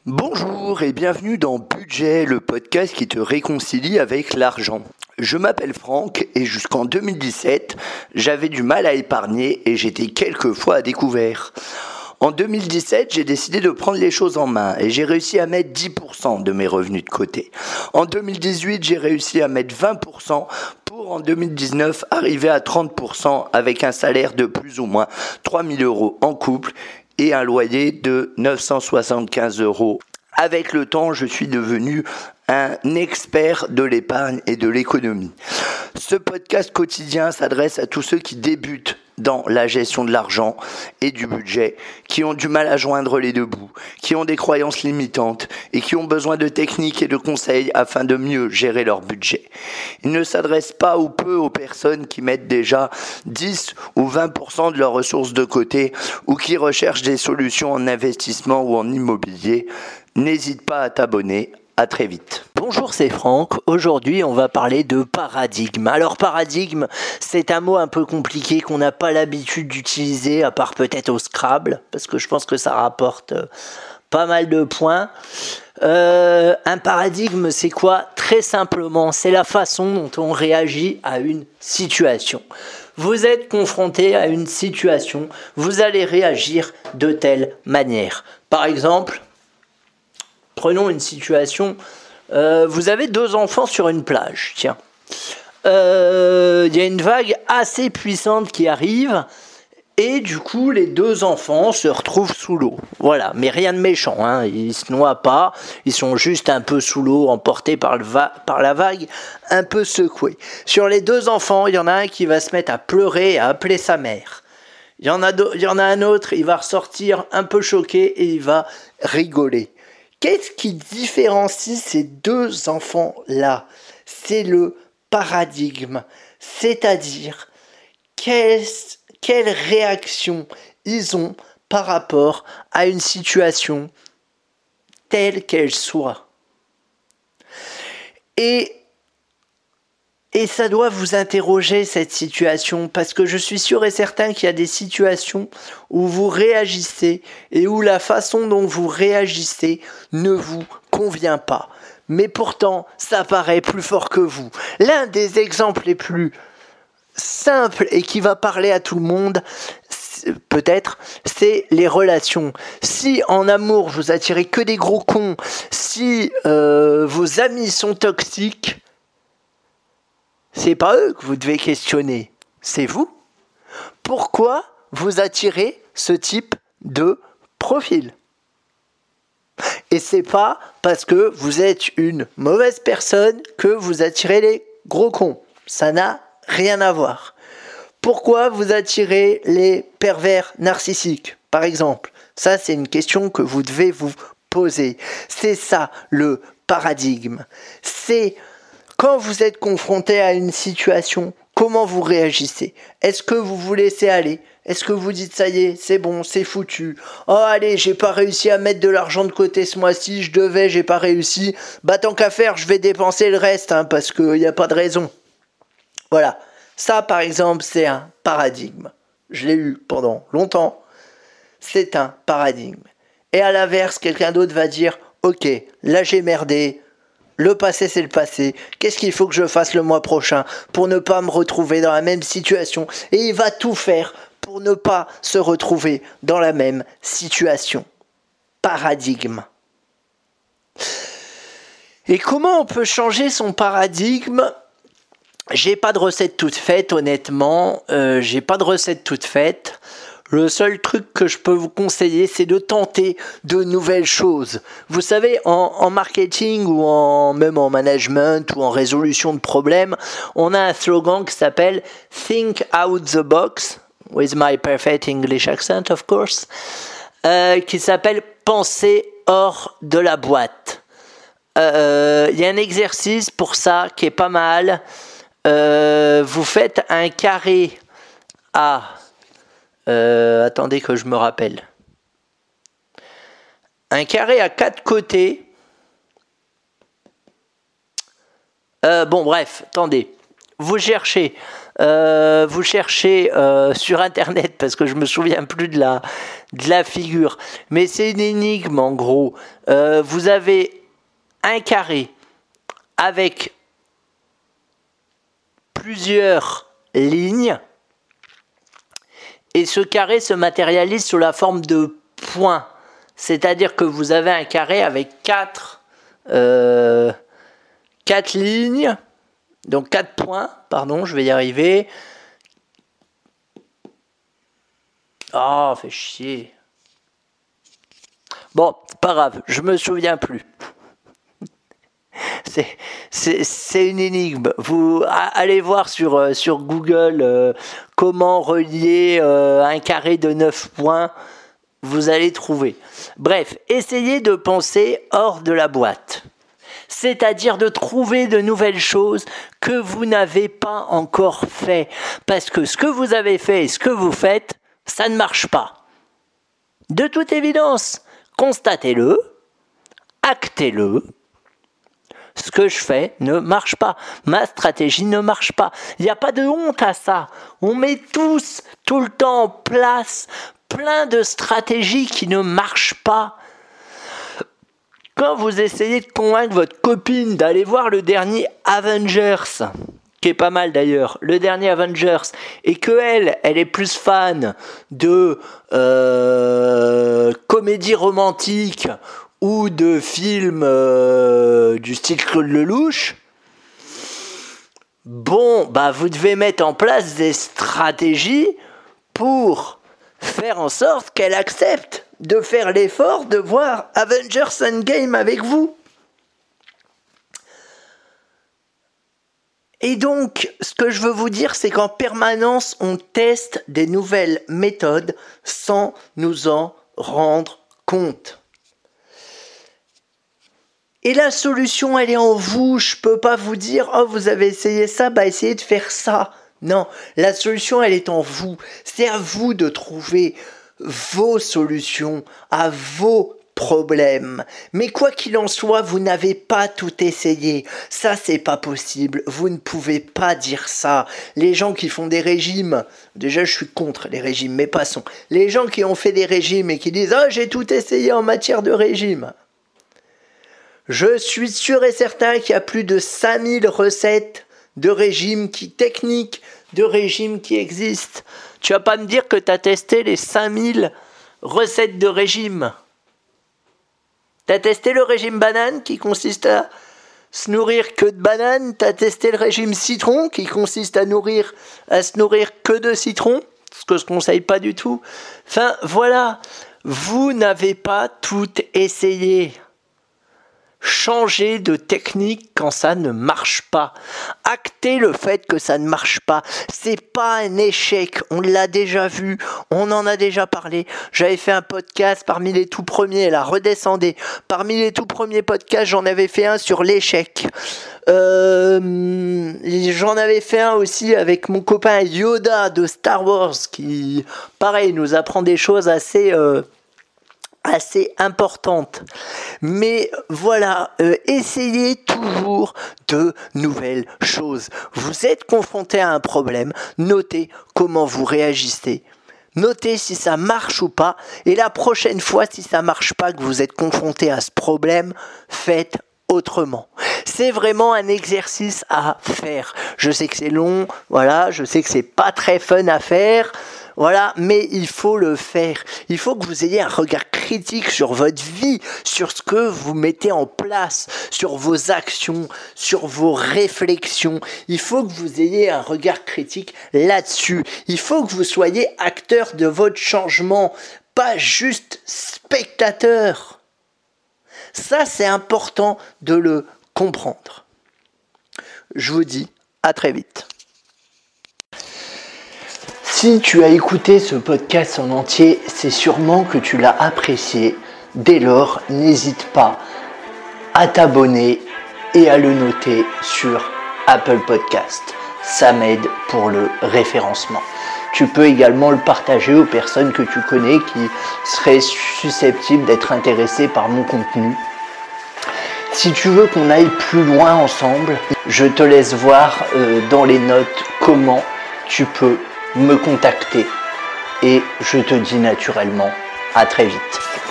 Bonjour et bienvenue dans Budget, le podcast qui te réconcilie avec l'argent. Je m'appelle Franck et jusqu'en 2017, j'avais du mal à épargner et j'étais quelquefois à découvert. En 2017, j'ai décidé de prendre les choses en main et j'ai réussi à mettre 10% de mes revenus de côté. En 2018, j'ai réussi à mettre 20% pour en 2019 arriver à 30% avec un salaire de plus ou moins 3 000 € en couple et un loyer de 975 €. Avec le temps, je suis devenu un expert de l'épargne et de l'économie. Ce podcast quotidien s'adresse à tous ceux qui débutent dans la gestion de l'argent et du budget, qui ont du mal à joindre les deux bouts, qui ont des croyances limitantes et qui ont besoin de techniques et de conseils afin de mieux gérer leur budget. Il ne s'adresse pas ou peu aux personnes qui mettent déjà 10 ou 20% de leurs ressources de côté ou qui recherchent des solutions en investissement ou en immobilier. N'hésite pas à t'abonner. À très vite. Bonjour, c'est Franck. Aujourd'hui, on va parler de paradigme. Alors, paradigme, c'est un mot un peu compliqué qu'on n'a pas l'habitude d'utiliser, à part peut-être au Scrabble, parce que je pense que ça rapporte pas mal de points. Un paradigme, c'est quoi? Très simplement, c'est la façon dont on réagit à une situation. Vous êtes confronté à une situation, vous allez réagir de telle manière. Par exemple, prenons une situation, vous avez 2 enfants sur une plage, tiens. Il y a une vague assez puissante qui arrive, et du coup, les 2 enfants se retrouvent sous l'eau. Voilà, mais rien de méchant, hein. Ils ne se noient pas, ils sont juste un peu sous l'eau, emportés par la vague, un peu secoués. Sur les 2 enfants, il y en a un qui va se mettre à pleurer, à appeler sa mère. Il y en a un autre, il va ressortir un peu choqué, et il va rigoler. Qu'est-ce qui différencie ces 2 enfants-là? C'est le paradigme, c'est-à-dire quelle réaction ils ont par rapport à une situation telle qu'elle soit. Et ça doit vous interroger, cette situation, parce que je suis sûr et certain qu'il y a des situations où vous réagissez et où la façon dont vous réagissez ne vous convient pas. Mais pourtant, ça paraît plus fort que vous. L'un des exemples les plus simples et qui va parler à tout le monde, peut-être, c'est les relations. Si en amour, vous attirez que des gros cons, si vos amis sont toxiques, c'est pas eux que vous devez questionner, c'est vous. Pourquoi vous attirez ce type de profil? Et c'est pas parce que vous êtes une mauvaise personne que vous attirez les gros cons. Ça n'a rien à voir. Pourquoi vous attirez les pervers narcissiques, par exemple? Ça, c'est une question que vous devez vous poser. C'est ça le paradigme. C'est quand vous êtes confronté à une situation, comment vous réagissez? Est-ce que vous vous laissez aller? Est-ce que vous dites ça y est, c'est bon, c'est foutu? Oh allez, j'ai pas réussi à mettre de l'argent de côté ce mois-ci, j'ai pas réussi. Bah tant qu'à faire, je vais dépenser le reste, parce qu'il n'y a pas de raison. Voilà, ça par exemple, c'est un paradigme. Je l'ai eu pendant longtemps. C'est un paradigme. Et à l'inverse, quelqu'un d'autre va dire, ok, là j'ai merdé. Le passé, c'est le passé. Qu'est-ce qu'il faut que je fasse le mois prochain pour ne pas me retrouver dans la même situation? Et il va tout faire pour ne pas se retrouver dans la même situation. Paradigme. Et comment on peut changer son paradigme? J'ai pas de recette toute faite, honnêtement. J'ai pas de recette toute faite. Le seul truc que je peux vous conseiller, c'est de tenter de nouvelles choses. Vous savez, en marketing ou même en management ou en résolution de problèmes, on a un slogan qui s'appelle « Think out the box », with my perfect English accent, of course, qui s'appelle « Penser hors de la boîte ». Y a un exercice pour ça qui est pas mal. Vous faites un carré à... attendez que je me rappelle. Un carré à 4 côtés. Bon, bref, attendez. vous cherchez sur internet parce que je me souviens plus de la figure, mais c'est une énigme en gros. Vous avez un carré avec plusieurs lignes et ce carré se matérialise sous la forme de points, c'est-à-dire que vous avez un carré avec quatre lignes. Donc 4 points, pardon, je vais y arriver. Oh, fait chier. Bon, pas grave, je me souviens plus. C'est une énigme. Vous allez voir sur Google comment relier un carré de 9 points. Vous allez trouver. Bref, essayez de penser hors de la boîte. C'est-à-dire de trouver de nouvelles choses que vous n'avez pas encore fait. Parce que ce que vous avez fait et ce que vous faites, ça ne marche pas. De toute évidence, constatez-le, actez-le. Ce que je fais ne marche pas. Ma stratégie ne marche pas. Il n'y a pas de honte à ça. On met tous, tout le temps en place, plein de stratégies qui ne marchent pas. Quand vous essayez de convaincre votre copine d'aller voir le dernier Avengers, qui est pas mal d'ailleurs, le dernier Avengers, et qu'elle est plus fan de comédie romantique ou de films du style Claude Lelouch, bon, bah vous devez mettre en place des stratégies pour faire en sorte qu'elle accepte de faire l'effort de voir Avengers Endgame avec vous. Et donc, ce que je veux vous dire, c'est qu'en permanence, on teste des nouvelles méthodes sans nous en rendre compte. Et la solution, elle est en vous. Je peux pas vous dire, oh, vous avez essayé ça, bah essayez de faire ça. Non, la solution, elle est en vous. C'est à vous de trouver vos solutions à vos problèmes. Mais quoi qu'il en soit, vous n'avez pas tout essayé. Ça, c'est pas possible. Vous ne pouvez pas dire ça. Les gens qui font des régimes, déjà je suis contre les régimes, mais passons. Les gens qui ont fait des régimes et qui disent « Oh, j'ai tout essayé en matière de régime ». Je suis sûr et certain qu'il y a plus de 5000 recettes de régime techniques de régime qui existent. Tu vas pas me dire que tu as testé les 5000 recettes de régime. Tu as testé le régime banane qui consiste à se nourrir que de bananes. Tu as testé le régime citron qui consiste à se nourrir que de citron, ce que je ne conseille pas du tout. Enfin, voilà, vous n'avez pas tout essayé. Changez de technique quand ça ne marche pas. Actez le fait que ça ne marche pas. C'est pas un échec. On l'a déjà vu. On en a déjà parlé. J'avais fait un podcast parmi les tout premiers. Là, redescendez. Parmi les tout premiers podcasts, j'en avais fait un sur l'échec. J'en avais fait un aussi avec mon copain Yoda de Star Wars qui, pareil, nous apprend des choses assez importante. Mais voilà, essayez toujours de nouvelles choses. Vous êtes confronté à un problème, notez comment vous réagissez. Notez si ça marche ou pas. Et la prochaine fois, si ça marche pas, que vous êtes confronté à ce problème, faites autrement. C'est vraiment un exercice à faire. Je sais que c'est long, voilà, je sais que c'est pas très fun à faire. Voilà, mais il faut le faire. Il faut que vous ayez un regard critique sur votre vie, sur ce que vous mettez en place, sur vos actions, sur vos réflexions. Il faut que vous ayez un regard critique là-dessus. Il faut que vous soyez acteur de votre changement, pas juste spectateur. Ça, c'est important de le comprendre. Je vous dis à très vite. Si tu as écouté ce podcast en entier, c'est sûrement que tu l'as apprécié. Dès lors, n'hésite pas à t'abonner et à le noter sur Apple Podcast. Ça m'aide pour le référencement. Tu peux également le partager aux personnes que tu connais qui seraient susceptibles d'être intéressées par mon contenu. Si tu veux qu'on aille plus loin ensemble, je te laisse voir dans les notes comment tu peux me contacter. Et je te dis naturellement à très vite.